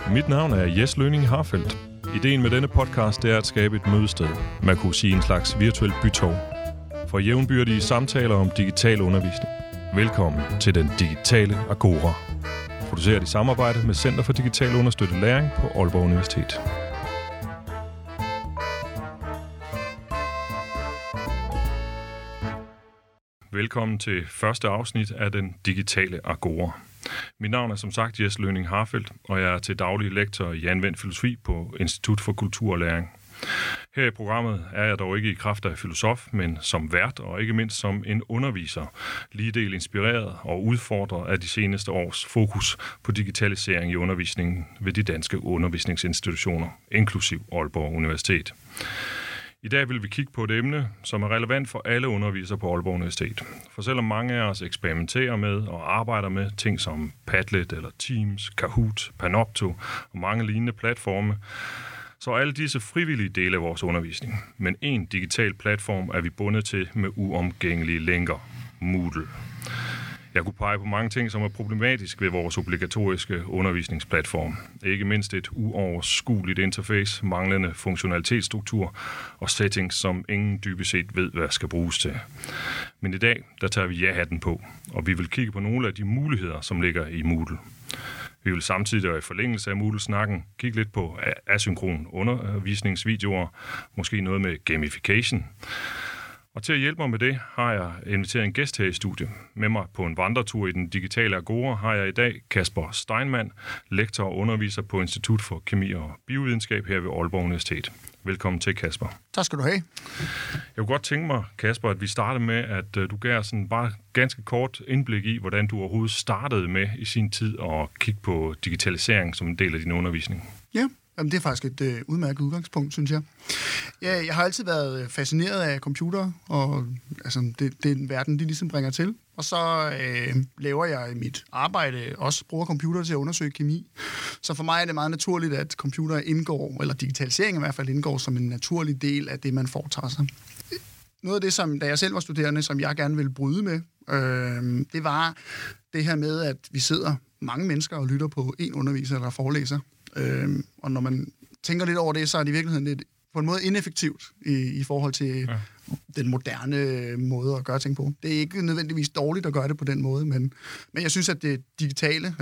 Mit navn er Jes Lønning Harfeldt. Ideen med denne podcast er at skabe et mødested. Man kunne sige en slags virtuel bytorv. For jævnbyrdige samtaler om digital undervisning. Velkommen til den digitale Agora. Produceret i samarbejde med Center for Digital Understøttet Læring på Aalborg Universitet. Velkommen til første afsnit af den digitale Agora. Mit navn er som sagt Jes Lønning Harfeldt, og jeg er til daglig lektor i anvendt filosofi på Institut for Kultur og Læring. Her i programmet er jeg dog ikke i kraft af filosof, men som vært og ikke mindst som en underviser, lige del inspireret og udfordret af de seneste års fokus på digitalisering i undervisningen ved de danske undervisningsinstitutioner, inklusiv Aalborg Universitet. I dag vil vi kigge på et emne, som er relevant for alle undervisere på Aalborg Universitet. For selvom mange af os eksperimenterer med og arbejder med ting som Padlet eller Teams, Kahoot, Panopto og mange lignende platforme, så er alle disse frivillige dele af vores undervisning. Men en digital platform er vi bundet til med uomgængelige lænker. Moodle. Jeg kunne pege på mange ting, som er problematisk ved vores obligatoriske undervisningsplatform. Ikke mindst et uoverskueligt interface, manglende funktionalitetsstruktur og settings, som ingen dybest set ved, hvad skal bruges til. Men i dag, der tager vi ja-hatten på, og vi vil kigge på nogle af de muligheder, som ligger i Moodle. Vi vil samtidig og i forlængelse af Moodle-snakken kigge lidt på asynkron undervisningsvideoer, måske noget med gamification. Og til at hjælpe mig med det, har jeg inviteret en gæst her i studiet. Med mig på en vandretur i den digitale Agora har jeg i dag Kasper Steinmann, lektor og underviser på Institut for Kemi og Biovidenskab her ved Aalborg Universitet. Velkommen til, Kasper. Tak skal du have. Jeg kunne godt tænke mig, Kasper, at vi starter med, at du gav sådan bare ganske kort indblik i, hvordan du overhovedet startede med i sin tid at kigge på digitalisering som en del af din undervisning. Ja. Jamen, det er faktisk et udmærket udgangspunkt, synes jeg. Ja, jeg har altid været fascineret af computer, og altså, det er en verden, de ligesom bringer til. Og så laver jeg i mit arbejde også bruger computer til at undersøge kemi. Så for mig er det meget naturligt, at computer indgår, eller digitalisering i hvert fald indgår som en naturlig del af det, man foretager sig. Noget af det, som da jeg selv var studerende, som jeg gerne ville bryde med, det var det her med, at vi sidder mange mennesker og lytter på en underviser eller forelæser. Og når man tænker lidt over det, så er det i virkeligheden lidt på en måde ineffektivt i forhold til den moderne måde at gøre ting på. Det er ikke nødvendigvis dårligt at gøre det på den måde, men jeg synes, at det digitale,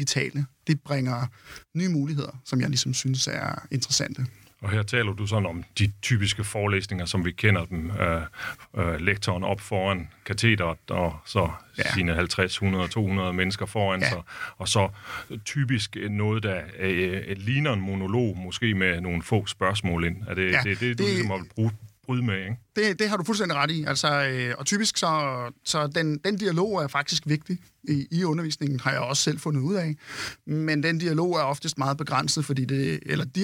det bringer nye muligheder, som jeg ligesom synes er interessante. Og her taler du sådan om de typiske forelæsninger, som vi kender dem. Lektoren op foran katedret, og så sine 50, 100, 200 mennesker foran sig. Og så typisk noget, der ligner en monolog, måske med nogle få spørgsmål ind. Er det du ligesom har bryde med, ikke? Det har du fuldstændig ret i. Altså, og typisk så den dialog er faktisk vigtig i undervisningen, har jeg også selv fundet ud af. Men den dialog er oftest meget begrænset, fordi det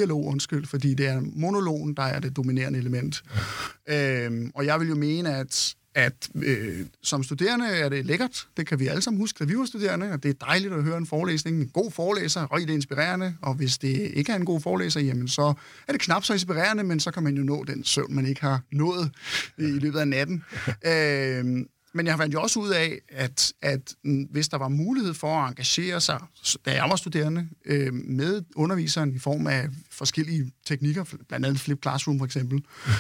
er monologen, der er det dominerende element. Og jeg vil jo mene, at som studerende er det lækkert. Det kan vi alle sammen huske, da vi var studerende, og det er dejligt at høre en forelæsning. En god forelæser, og det er inspirerende, og hvis det ikke er en god forelæser, jamen så er det knap så inspirerende, men så kan man jo nå den søvn, man ikke har nået i løbet af natten. Men jeg fandt jo også ud af, at hvis der var mulighed for at engagere sig, da jeg var studerende, med underviseren i form af forskellige teknikker, blandt andet Flip Classroom for eksempel,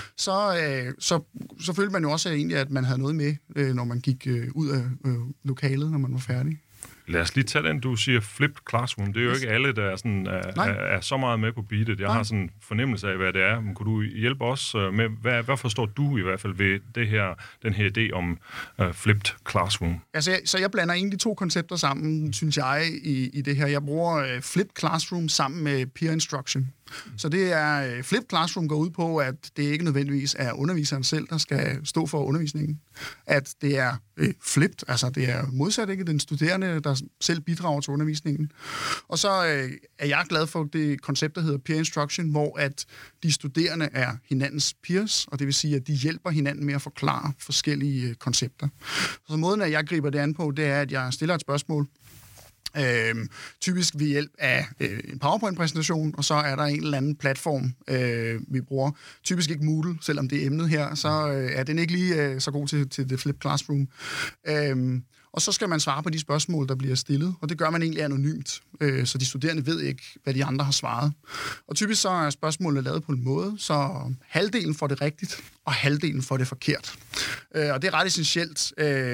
så følte man jo også egentlig, at man havde noget med, når man gik ud af lokalet, når man var færdig. Lad os lige tage den, du siger Flipped Classroom. Det er jo ikke alle, der er så meget med på beatet. Jeg har sådan en fornemmelse af, hvad det er. Men kunne du hjælpe os med, hvad forstår du i hvert fald ved den her idé om Flipped Classroom? Altså, så jeg blander egentlig to koncepter sammen, synes jeg, i det her. Jeg bruger Flipped Classroom sammen med Peer Instruction. Så det er Flipped Classroom går ud på, at det ikke nødvendigvis er underviseren selv, der skal stå for undervisningen. At det er flipped, altså det er modsat ikke den studerende, der selv bidrager til undervisningen. Og så er jeg glad for det koncept, der hedder Peer Instruction, hvor at de studerende er hinandens peers, og det vil sige, at de hjælper hinanden med at forklare forskellige koncepter. Så måden, at jeg griber det an på, det er, at jeg stiller et spørgsmål, typisk ved hjælp af en PowerPoint-præsentation, og så er der en eller anden platform, vi bruger. Typisk ikke Moodle, selvom det er emnet her, så er den ikke lige så god til det Flip Classroom. Og så skal man svare på de spørgsmål, der bliver stillet, og det gør man egentlig anonymt, så de studerende ved ikke, hvad de andre har svaret. Og typisk så er spørgsmålene lavet på en måde, så halvdelen får det rigtigt, og halvdelen får det forkert. Og det er ret essentielt,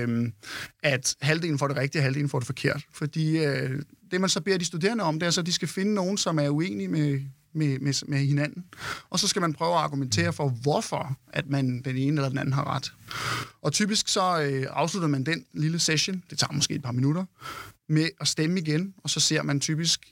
at halvdelen får det rigtige, og halvdelen får det forkert. Fordi det, man så beder de studerende om, det er så, at de skal finde nogen, som er uenige med hinanden. Og så skal man prøve at argumentere for, hvorfor at man den ene eller den anden har ret. Og typisk så afslutter man den lille session, det tager måske et par minutter, med at stemme igen, og så ser man typisk,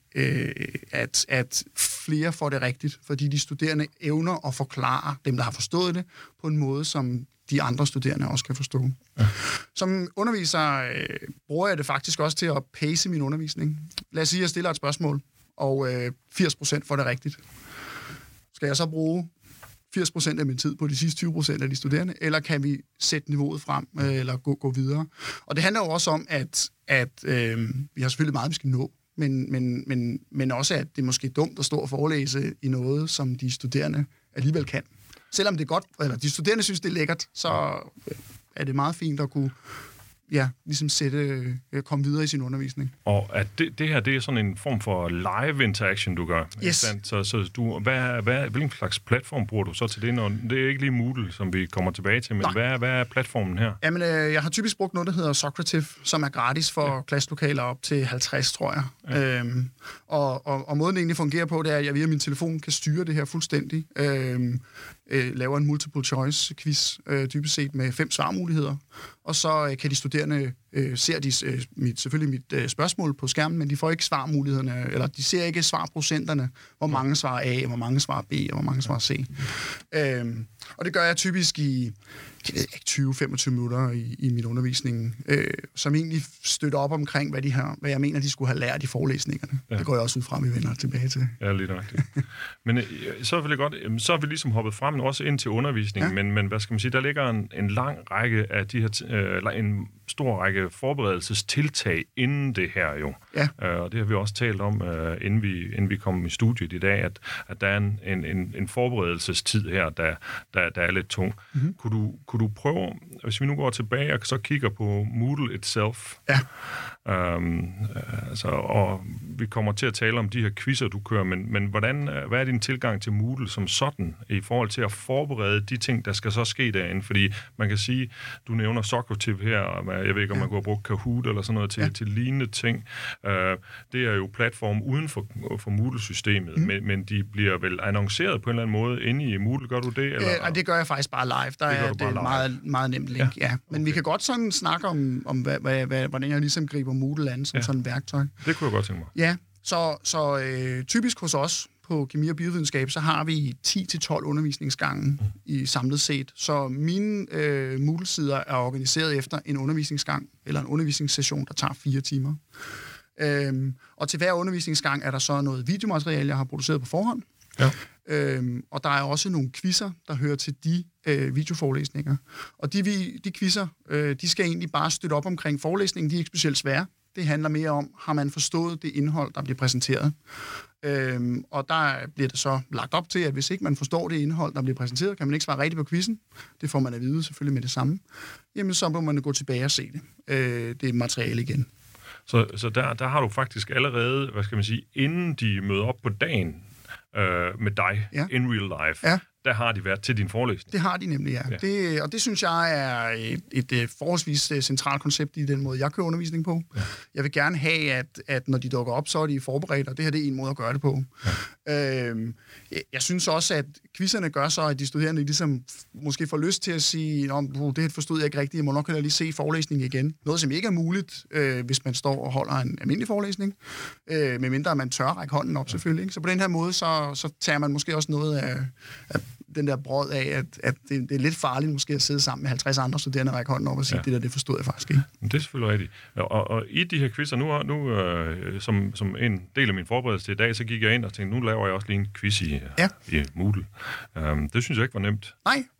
at flere får det rigtigt, fordi de studerende evner at forklare dem, der har forstået det, på en måde, som de andre studerende også kan forstå. Ja. Som underviser bruger jeg det faktisk også til at pace min undervisning. Lad os sige, at jeg stiller et spørgsmål, og 80% får det rigtigt. Skal jeg så bruge 80% af min tid på de sidste 20% af de studerende, eller kan vi sætte niveauet frem, eller gå videre? Og det handler jo også om, at vi har selvfølgelig meget, vi skal nå, men også, at det er måske dumt at stå og forelæse i noget, som de studerende alligevel kan. Selvom det er godt, eller de studerende synes, det er lækkert, så er det meget fint at kunne ligesom komme videre i sin undervisning. Og at det her, det er sådan en form for live interaction, du gør. Yes. Så du, hvilken slags platform bruger du så til det? Når, det er ikke lige Moodle, som vi kommer tilbage til, men hvad er platformen her? Jamen, jeg har typisk brugt noget, der hedder Socrative, som er gratis for klasselokaler op til 50, tror jeg. Ja. Og måden det egentlig fungerer på, det er, at jeg via min telefon kan styre det her fuldstændig. Laver en multiple choice quiz, dybest set med 5 svarmuligheder. Og så kan de studerende ser de selvfølgelig mit spørgsmål på skærmen, men de får ikke svarmulighederne, eller de ser ikke svarprocenterne, hvor mange svarer A, hvor mange svarer B, og hvor mange svarer C. Og det gør jeg typisk i 20-25 minutter i min undervisning, som egentlig støtter op omkring, hvad jeg mener, de skulle have lært i forelæsningerne. Ja. Det går jeg også ud fra, vi vender tilbage til. Ja, lige nøjagtigt. Men så vil jeg godt, så er vi ligesom hoppet frem også ind til undervisningen, ja. men hvad skal man sige, der ligger en lang række af de her, en stor række forberedelsestiltag inden det her jo. Ja. Og det har vi også talt om, inden vi kom i studiet i dag, at der er en forberedelsestid her, der er lidt tung. Mm-hmm. Kunne du prøve, hvis vi nu går tilbage og så kigger på Moodle itself, ja. Og vi kommer til at tale om de her quizzer, du kører, men hvad er din tilgang til Moodle som sådan, i forhold til at forberede de ting, der skal så ske derinde? Fordi man kan sige, du nævner Socrative her, og jeg ved ikke, om man kunne have brugt Kahoot eller sådan noget til lignende ting. Det er jo platform uden for Moodle-systemet, men de bliver vel annonceret på en eller anden måde inde i Moodle. Gør du det? Eller? Det gør jeg faktisk bare live. Der er det meget, meget nemt link. Ja. Men vi kan godt sådan snakke om hvordan jeg ligesom griber Moodle an som sådan et værktøj. Det kunne jeg godt tænke mig. Ja, så typisk hos os på kemi og biovidenskab, så har vi 10-12 undervisningsgange i samlet set. Så mine Moodle-sider er organiseret efter en undervisningsgang, eller en undervisningssession, der tager 4 timer. Og til hver undervisningsgang er der så noget videomateriale, jeg har produceret på forhånd. Ja. Og der er også nogle quizzer, der hører til de videoforelæsninger. Og de quizzer, de skal egentlig bare støtte op omkring forelæsningen. De er ikke specielt svære. Det handler mere om, har man forstået det indhold, der bliver præsenteret. Og der bliver det så lagt op til, at hvis ikke man forstår det indhold, der bliver præsenteret, kan man ikke svare rigtigt på quizzen. Det får man at vide selvfølgelig med det samme. Jamen, så må man gå tilbage og se det. Det er materiale igen. Så der har du faktisk allerede, hvad skal man sige, inden de møder op på dagen med dig, in real life, der har de været til din forelæsning. Det har de nemlig, ja. Og det synes jeg er et forholdsvis centralt koncept i den måde, jeg kører undervisning på. Ja. Jeg vil gerne have, at når de dukker op, så er de forberedt, og det her det er en måde at gøre det på. Ja. Jeg synes også, at quizzerne gør så, at de studerende ligesom måske får lyst til at sige, det forstod jeg ikke rigtigt, jeg må nok lige se forelæsningen igen. Noget, som ikke er muligt, hvis man står og holder en almindelig forelæsning, medmindre man tør række hånden op selvfølgelig. Ikke? Så på den her måde, så tager man måske også noget af den der brød af, at det er lidt farligt måske at sidde sammen med 50 andre studerende og række hånden op og sige, det forstod jeg faktisk ikke. Det er selvfølgelig rigtigt. Og i de her quizzer, nu som en del af min forberedelse til i dag, så gik jeg ind og tænkte, nu laver jeg også lige en quiz i Moodle. Det synes jeg ikke var nemt. Nej,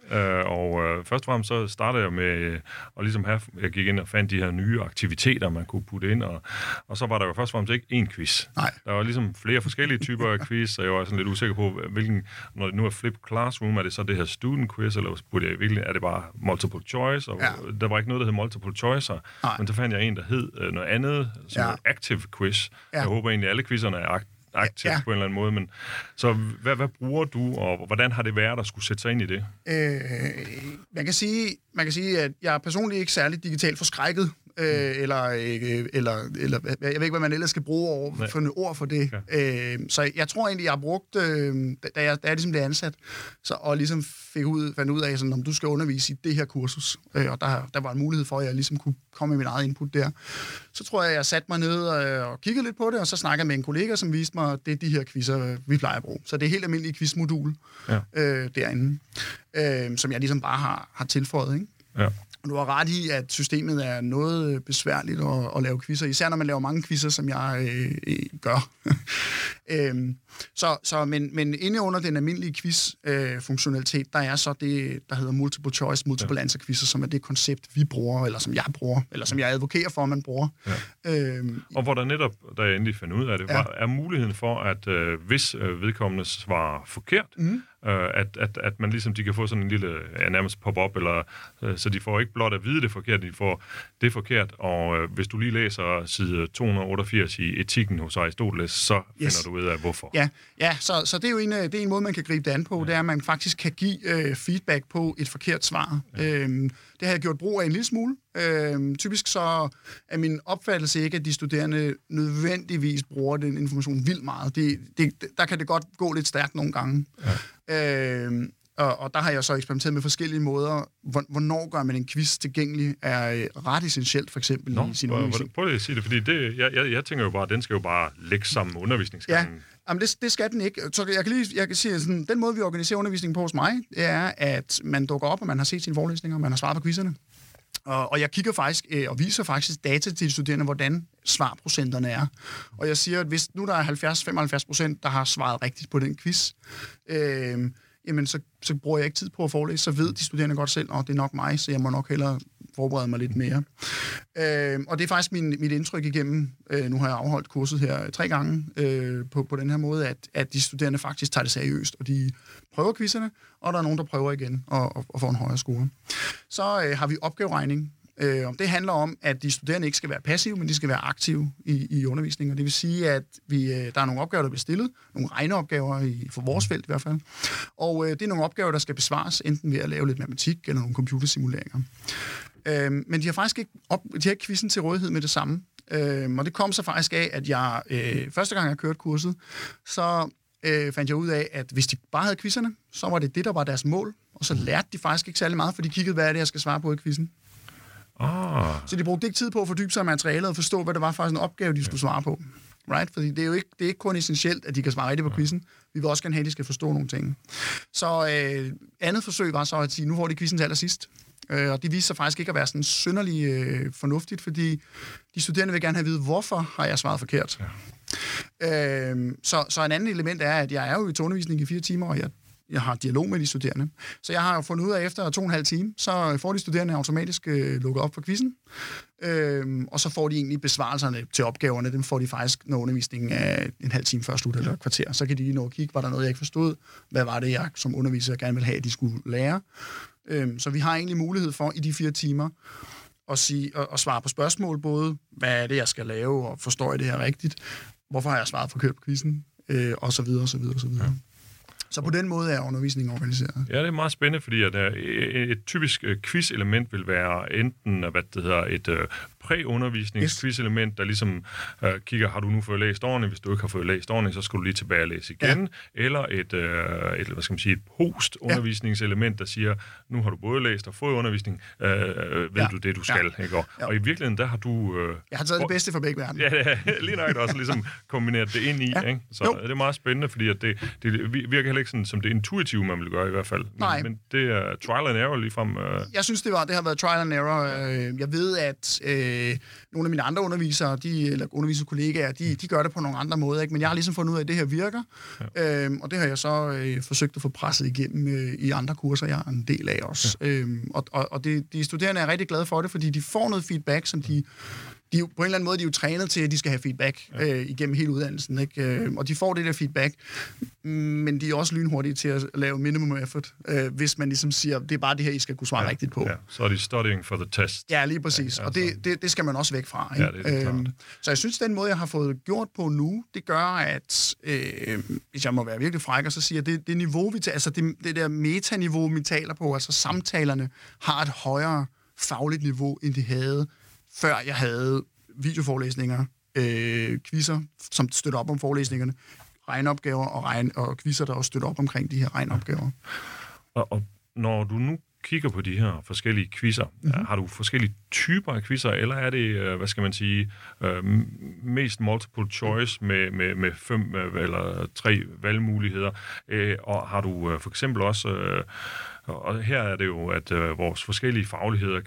Først og fremmest så startede jeg med at ligesom jeg gik ind og fandt de her nye aktiviteter, man kunne putte ind, og så var der jo først og fremmest ikke én quiz. Nej. Der var ligesom flere forskellige typer af quiz, og jeg var sådan lidt usikker på, hvilken, når det nu er Flip Classroom, er det så det her student quiz, eller er det bare multiple choice? Og der var ikke noget, der hed multiple choice, men så fandt jeg en, der hed noget andet, som active quiz. Jeg håber egentlig, at alle quizzerne er aktivt på en eller anden måde, men så hvad bruger du, og hvordan har det været at skulle sætte sig ind i det? Man kan sige, at jeg er personligt ikke særlig digitalt forskrækket, eller jeg ved ikke, hvad man ellers skal bruge for et ord for det. Ja. Så jeg tror egentlig, jeg har brugt, da jeg ligesom blev ansat, og ligesom fandt ud af, sådan, om du skal undervise i det her kursus, og der var en mulighed for, at jeg ligesom kunne komme med min eget input der. Så tror jeg satte mig ned og kiggede lidt på det, og så snakkede med en kollega, som viste mig, at det er de her quizzer, vi plejer at bruge. Så det er helt almindelige quizmodul derinde, som jeg ligesom bare har tilføjet, ikke? Ja. Du har ret i, at systemet er noget besværligt at lave quizzer, især når man laver mange quizzer, som jeg gør. Men inde under den almindelige quiz-funktionalitet, der er så det, der hedder multiple choice, multiple answer quizzer, som er det koncept, vi bruger, eller som jeg bruger, eller som jeg advokerer for, at man bruger. Ja. Og hvor der netop, da jeg endelig fandt ud af det, er muligheden for, at hvis vedkommende svarer forkert, at man ligesom, de kan få sådan en lille, nærmest pop-up, eller så de får ikke blot at vide det forkert, de får det forkert, og hvis du lige læser side 288 i etikken hos Aristoteles, så finder du ud af, hvorfor. Ja, så det er jo en måde, man kan gribe det an på, det er, at man faktisk kan give feedback på et forkert svar. Ja. Det har jeg gjort brug af en lille smule. Typisk så er min opfattelse ikke, at de studerende nødvendigvis bruger den information vildt meget. Der kan det godt gå lidt stærkt nogle gange. Ja. Og der har jeg så eksperimenteret med forskellige måder. Hvornår gør man en quiz tilgængelig er ret essentielt, for eksempel i sin undervisning. Prøv lige at sige det, fordi jeg tænker jo bare, at den skal jo bare lægge sammen med undervisningsgangen. Ja. Jamen, det skal den ikke. Så jeg kan sige, sådan, den måde, vi organiserer undervisningen på hos mig, det er, at man dukker op, og man har set sine forelæsninger, og man har svaret på quizzerne. Og jeg kigger faktisk og viser faktisk data til de studerende, hvordan svarprocenterne er. Og jeg siger, at hvis nu der er 70-75%, der har svaret rigtigt på den quiz, jamen så bruger jeg ikke tid på at forelæse, så ved de studerende godt selv, det er nok mig, så jeg må nok hellere forberede mig lidt mere. Og det er faktisk mit indtryk igennem, nu har jeg afholdt kurset her 3 gange på den her måde, at de studerende faktisk tager det seriøst, og de prøver quizzerne, og der er nogen, der prøver igen og får en højere score. Så har vi opgaveregning. Det handler om, at de studerende ikke skal være passive, men de skal være aktive i undervisningen. Og det vil sige, at der er nogle opgaver, der bliver stillet, nogle regneopgaver for vores felt i hvert fald. Og det er nogle opgaver, der skal besvares, enten ved at lave lidt matematik eller nogle computersimuleringer. Men de har faktisk ikke quizzen til rådighed med det samme. Og det kom så faktisk af, at jeg første gang, jeg kørte kurset, så fandt jeg ud af, at hvis de bare havde quizzerne, så var det, der var deres mål. Og så lærte de faktisk ikke særlig meget, for de kiggede, hvad er det, jeg skal svare på i quizzen. Så de brugte ikke tid på at fordybe sig i materialet og forstå, hvad det var for en opgave, de skulle svare på. Right? Fordi det er ikke kun essentielt, at de kan svare rigtigt på quizzen. Vi vil også gerne have, at de skal forstå nogle ting. Så andet forsøg var så at sige, nu får de quizzen til allersidst. Og det viste sig faktisk ikke at være sådan synderlig fornuftigt, fordi de studerende vil gerne have at vide, hvorfor har jeg svaret forkert. Ja. Så en anden element er, at jeg er jo til undervisning i 4 timer, og jeg har dialog med de studerende. Så jeg har jo fundet ud af, efter 2,5 timer, så får de studerende automatisk lukket op for quizzen, og så får de egentlig besvarelserne til opgaverne. Dem får de faktisk, når undervisningen er en halv time før slut eller et kvarter. Så kan de lige nå at kigge, var der noget, jeg ikke forstod? Hvad var det, jeg som underviser gerne ville have, at de skulle lære? Så vi har egentlig mulighed for i de 4 timer at svare på spørgsmål, både hvad er det, jeg skal lave, og forstår jeg det her rigtigt? Hvorfor har jeg svaret forkert på quizzen? Og så videre, og så videre, og så videre. Ja. Så på den måde er undervisningen organiseret. Ja, det er meget spændende, fordi at et typisk quiz-element vil være enten et præundervisnings-quiz-element, der ligesom kigger, har du nu fået læst ordentligt? Hvis du ikke har fået læst ordentligt, så skal du lige tilbage og læse igen. Ja. Eller et post-undervisningselement, der siger, nu har du både læst og fået undervisning, ved du det, du skal. Ikke? Og i virkeligheden, der har du... jeg har taget det bedste fra begge verden. Ja, lige nok også ligesom kombineret det ind i. Ikke? Så det er meget spændende, fordi at det virker heller heller ikke sådan, som det intuitive, man vil gøre i hvert fald. Men det er trial and error ligefrem. Jeg synes, det har været trial and error. Jeg ved, at nogle af mine andre undervisere, eller underviserkollegaer, de gør det på nogle andre måder, ikke? Men jeg har ligesom fundet ud af, at det her virker, og det har jeg så forsøgt at få presset igennem i andre kurser, jeg er en del af også. Ja. Og de studerende er rigtig glade for det, fordi de får noget feedback, som de på en eller anden måde, de er jo trænet til, at de skal have feedback igennem hele uddannelsen, ikke? Og de får det der feedback, men de er også lynhurtige til at lave minimum effort, hvis man ligesom siger, det er bare det her, I skal kunne svare rigtigt på. Ja. Så er de studying for the test. Ja, lige præcis. Og det skal man også væk fra. Ikke? Ja, det er så jeg synes, den måde, jeg har fået gjort på nu, det gør, at hvis jeg må være virkelig fræk, og så siger, det niveau, vi tager, altså det der metaniveau, vi taler på, altså samtalerne, har et højere fagligt niveau, end de havde før jeg havde videoforelæsninger, quizzer, som støtter op om forelæsningerne, regneopgaver og quizzer, der også støtter op omkring de her regneopgaver. Og når du nu kigger på de her forskellige quizzer, har du forskellige typer af quizzer, eller er det, hvad skal man sige, mest multiple choice med 5 eller 3 valgmuligheder? Og har du for eksempel også... Og her er det jo, at vores forskellige fagligheder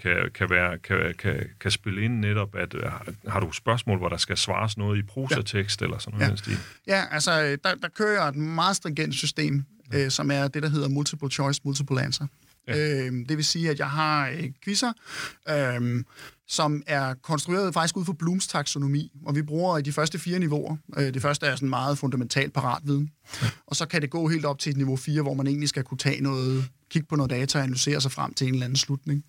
kan spille ind netop, at har du spørgsmål, hvor der skal svares noget i prosatekst eller sådan noget stil? Ja, altså der kører jeg et meget stringent system, som er det, der hedder multiple choice, multiple answer. Ja. Det vil sige, at jeg har quizzer, som er konstrueret faktisk ud fra Blooms taksonomi, og vi bruger i de første 4 niveauer. Det første er sådan meget fundamental paratviden, og så kan det gå helt op til et niveau 4, hvor man egentlig skal kunne tage noget, kigge på noget data og analysere sig frem til en eller anden slutning.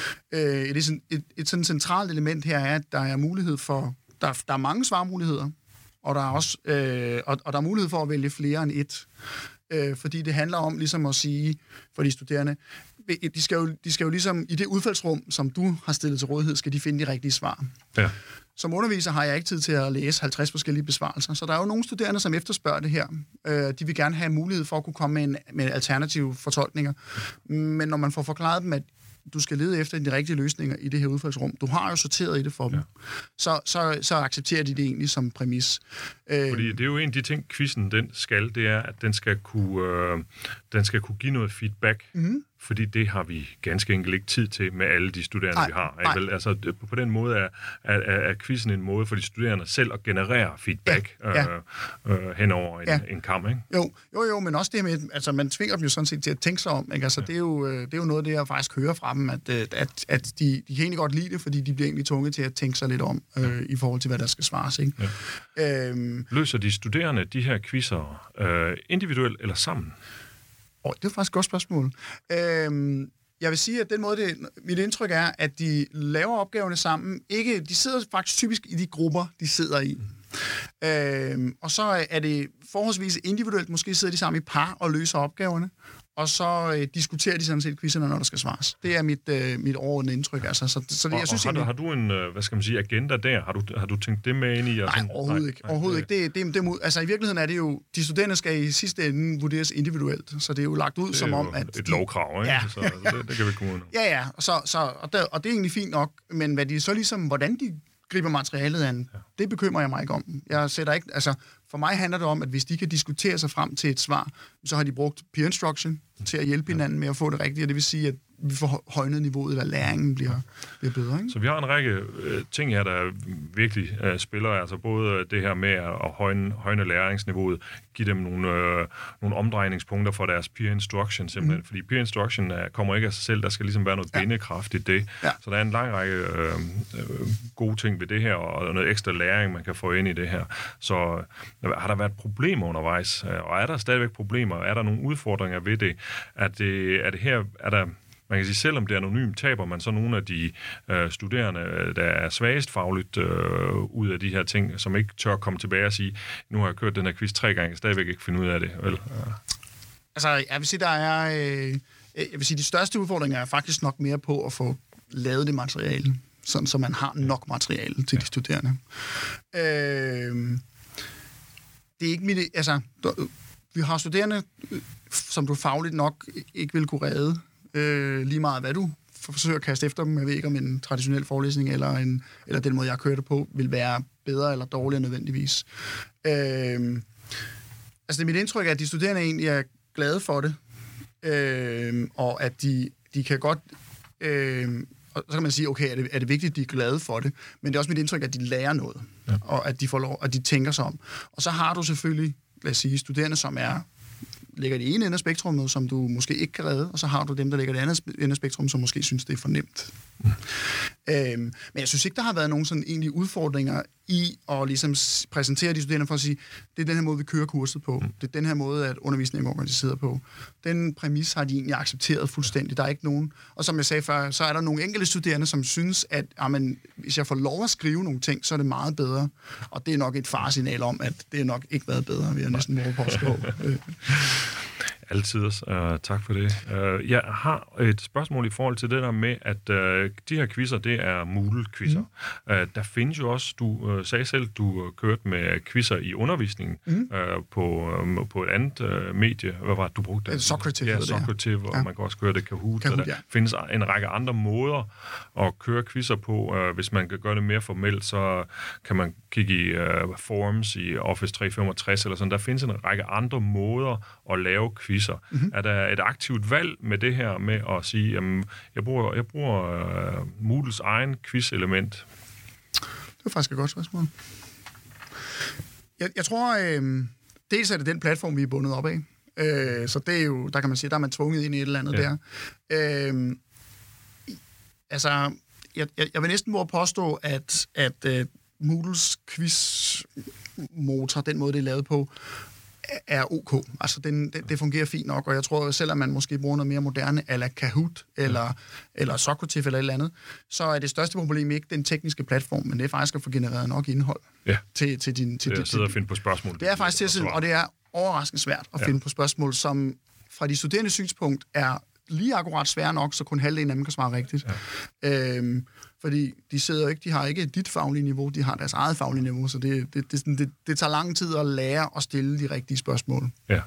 Et sådan centralt element her er, at der er mulighed for, der er mange svarmuligheder, og der er også og der er mulighed for at vælge flere end et. Fordi det handler om ligesom at sige for de studerende, de skal jo ligesom i det udfaldsrum, som du har stillet til rådighed, skal de finde de rigtige svar. Ja. Som underviser har jeg ikke tid til at læse 50 forskellige besvarelser, så der er jo nogle studerende, som efterspørger det her. De vil gerne have mulighed for at kunne komme med alternative fortolkninger. Men når man får forklaret dem, at du skal lede efter de rigtige løsninger i det her udfaldsrum. Du har jo sorteret i det for dem. Så accepterer de det egentlig som præmis. Fordi det er jo en af de ting, quizzen det er, at den skal kunne give noget feedback. Mm-hmm. Fordi det har vi ganske enkelt ikke tid til med alle de studerende, vi har. Altså, på den måde er quizzen en måde for de studerende selv at generere feedback hen over en kam, ikke? Jo, men også det med, altså man tvinger dem jo sådan set til at tænke sig om, ikke? Altså, det er jo noget af det, jeg faktisk hører fra dem, at de kan egentlig godt lide det, fordi de bliver egentlig tvunget til at tænke sig lidt om i forhold til, hvad der skal svares, ikke? Ja. Løser de studerende de her quizzer individuelt eller sammen? Det er faktisk et godt spørgsmål. Jeg vil sige, at den måde, mit indtryk er, at de laver opgaverne sammen. De sidder faktisk typisk i de grupper, de sidder i. Og så er det forholdsvis individuelt. Måske sidder de sammen i par og løser opgaverne. Og så diskuterer de sådan set quizzerne, når der skal svares. Det er mit overordnede indtryk. Altså. Så det, jeg synes, har du en, hvad skal man sige, agenda der? Har du tænkt det med ind i? Nej, overhovedet ikke. Altså i virkeligheden er det jo, de studerende skal i sidste ende vurderes individuelt. Så det er jo lagt ud som om, at... et lovkrav, ikke? Ja. Så det kan vi komme ud. Ja. Og det er egentlig fint nok. Men hvad de så ligesom, hvordan de griber materialet an, det bekymrer jeg mig ikke om. Jeg sætter ikke... Altså, for mig handler det om, at hvis de kan diskutere sig frem til et svar, så har de brugt peer instruction til at hjælpe hinanden med at få det rigtige, og det vil sige, at vi får højnet niveauet, eller læringen bliver bedre. Ikke? Så vi har en række ting her, der virkelig spiller, altså både det her med at højne læringsniveauet, give dem nogle omdrejningspunkter for deres peer instruction simpelthen, fordi peer instruction kommer ikke af sig selv, der skal ligesom være noget bindekraft i det. Ja. Så der er en lang række gode ting ved det her, og noget ekstra læring, man kan få ind i det her. Så har der været problemer undervejs, og er der stadigvæk problemer? Er der nogle udfordringer ved det? Er det her, er der... Man kan sige, selvom det er anonymt, taber man så nogle af de studerende, der er svagest fagligt ud af de her ting, som ikke tør komme tilbage og sige, nu har jeg kørt den her quiz 3 gange, jeg stadigvæk ikke finde ud af det. Vel? Altså, jeg vil sige, de største udfordringer er faktisk nok mere på at få lavet det materiale, sådan så man har nok materiale til de studerende. Det er ikke mit... Altså, vi har studerende, som du fagligt nok ikke vil kunne redde, lige meget hvad du forsøger at kaste efter dem. Jeg ved ikke, om en traditionel forelæsning eller den måde, jeg kører det på, vil være bedre eller dårligere nødvendigvis. Altså, det er mit indtryk, at de studerende egentlig glade for det, og at de kan godt... og så kan man sige, okay, er det vigtigt, at de er glade for det, men det er også mit indtryk, at de lærer noget, og at de får lov, og de tænker sig om. Og så har du selvfølgelig, lad os sige, studerende, som ligger i det ene ende af spektrummet, som du måske ikke kan redde, og så har du dem, der ligger i det andet ende af spektrummet, som måske synes, det er for nemt. Men jeg synes ikke, der har været nogen sådan egentlige udfordringer i at ligesom præsentere de studerende for at sige, det er den her måde, vi kører kurset på. Det er den her måde, at undervisningen er organiseret på. Den præmis har de egentlig accepteret fuldstændig. Der er ikke nogen. Og som jeg sagde før, så er der nogle enkelte studerende, som synes, at hvis jeg får lov at skrive nogle ting, så er det meget bedre. Og det er nok et faresignal om, at det er nok ikke været bedre, vil jeg næsten må påstå. Altid. Tak for det. Jeg har et spørgsmål i forhold til det der med, at de her quizzer, det er Moodle-quizzer. Der findes jo også, du sagde selv, du kørte med quizzer i undervisningen på et andet medie. Hvad var det, du brugte? Socrative. Ja, Socrative, og man kan også køre det Kahoot. Der findes en række andre måder at køre quizzer på. Hvis man kan gøre det mere formelt, så kan man kigge i forums i Office 365 eller sådan. Der findes en række andre måder at lave quizzer. Er der et aktivt valg med det her med at sige, jamen, jeg bruger Moodles egen quiz-element? Det er faktisk et godt spørgsmål. Jeg tror, dels er det den platform, vi er bundet op af. Så det er jo, der kan man sige, der er man tvunget ind i et eller andet der. Altså, jeg vil næsten våge påstå, at Moodles quiz-motor, den måde, det er lavet på, er ok. Altså, det fungerer fint nok, og jeg tror, selvom man måske bruger noget mere moderne, a la Kahoot, eller Socrative, eller et eller andet, så er det største problem ikke den tekniske platform, men det er faktisk at få genereret nok indhold til din... Det er at sidde og finde på spørgsmål. Det er faktisk til at sidde, og det er overraskende svært at finde på spørgsmål, som fra de studerendes synspunkt er lige akkurat svære nok, så kun halvdelen af dem kan svare rigtigt. Fordi de har ikke dit faglige niveau, de har deres eget faglige niveau, så det tager lang tid at lære at stille de rigtige spørgsmål. Ja.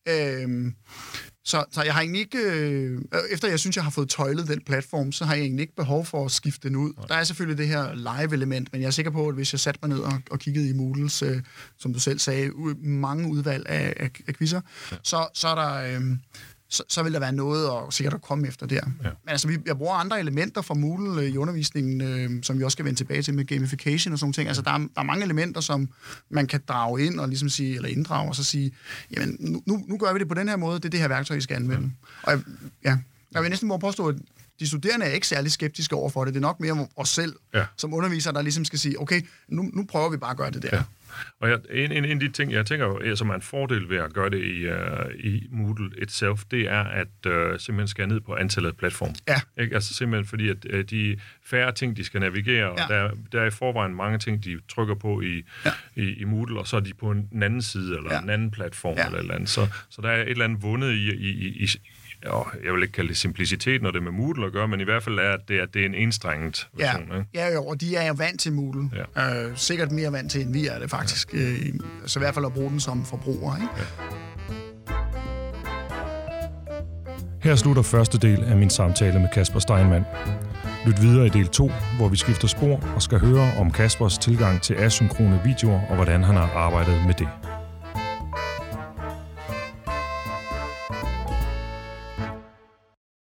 Så jeg har egentlig ikke... efter jeg synes, jeg har fået tøjlet den platform, så har jeg egentlig ikke behov for at skifte den ud. Der er selvfølgelig det her live-element, men jeg er sikker på, at hvis jeg satte mig ned og kiggede i Moodles, som du selv sagde, mange udvalg af quizzer, så er der... Så vil der være noget sikkert at komme efter der. Ja. Men altså, jeg bruger andre elementer fra Moodle i undervisningen, som vi også skal vende tilbage til med gamification og sådan ting. Altså, der er mange elementer, som man kan drage ind og ligesom sige, eller inddrage, og så sige, jamen, nu gør vi det på den her måde, det er det her værktøj, I skal anvende. Ja. Og jeg vil næsten må påstå, at de studerende er ikke særlig skeptiske over for det. Det er nok mere os selv, som underviser, der ligesom skal sige, okay, nu prøver vi bare at gøre det der. Ja. Og en af de ting, jeg tænker, som er en fordel ved at gøre det i Moodle itself, det er, at simpelthen skal ned på antallet af platforme. Ja. Ikke? Altså simpelthen fordi, at de færre ting, de skal navigere, og der er i forvejen mange ting, de trykker på i Moodle, og så er de på en anden side, eller en anden platform, eller et eller andet. Så der er et eller andet vundet i jeg vil ikke kalde det simplicitet, når det er med Moodle at gøre, men i hvert fald er det, at det er en enstrenget version. Ikke? Ja, og de er jo vant til Moodle. Ja. Sikkert mere vant til, end vi er det faktisk. Ja. Så i hvert fald at bruge den som forbruger. Ikke? Ja. Her slutter første del af min samtale med Kasper Steinmann. Lyt videre i del 2, hvor vi skifter spor og skal høre om Kaspers tilgang til asynkrone videoer og hvordan han har arbejdet med det.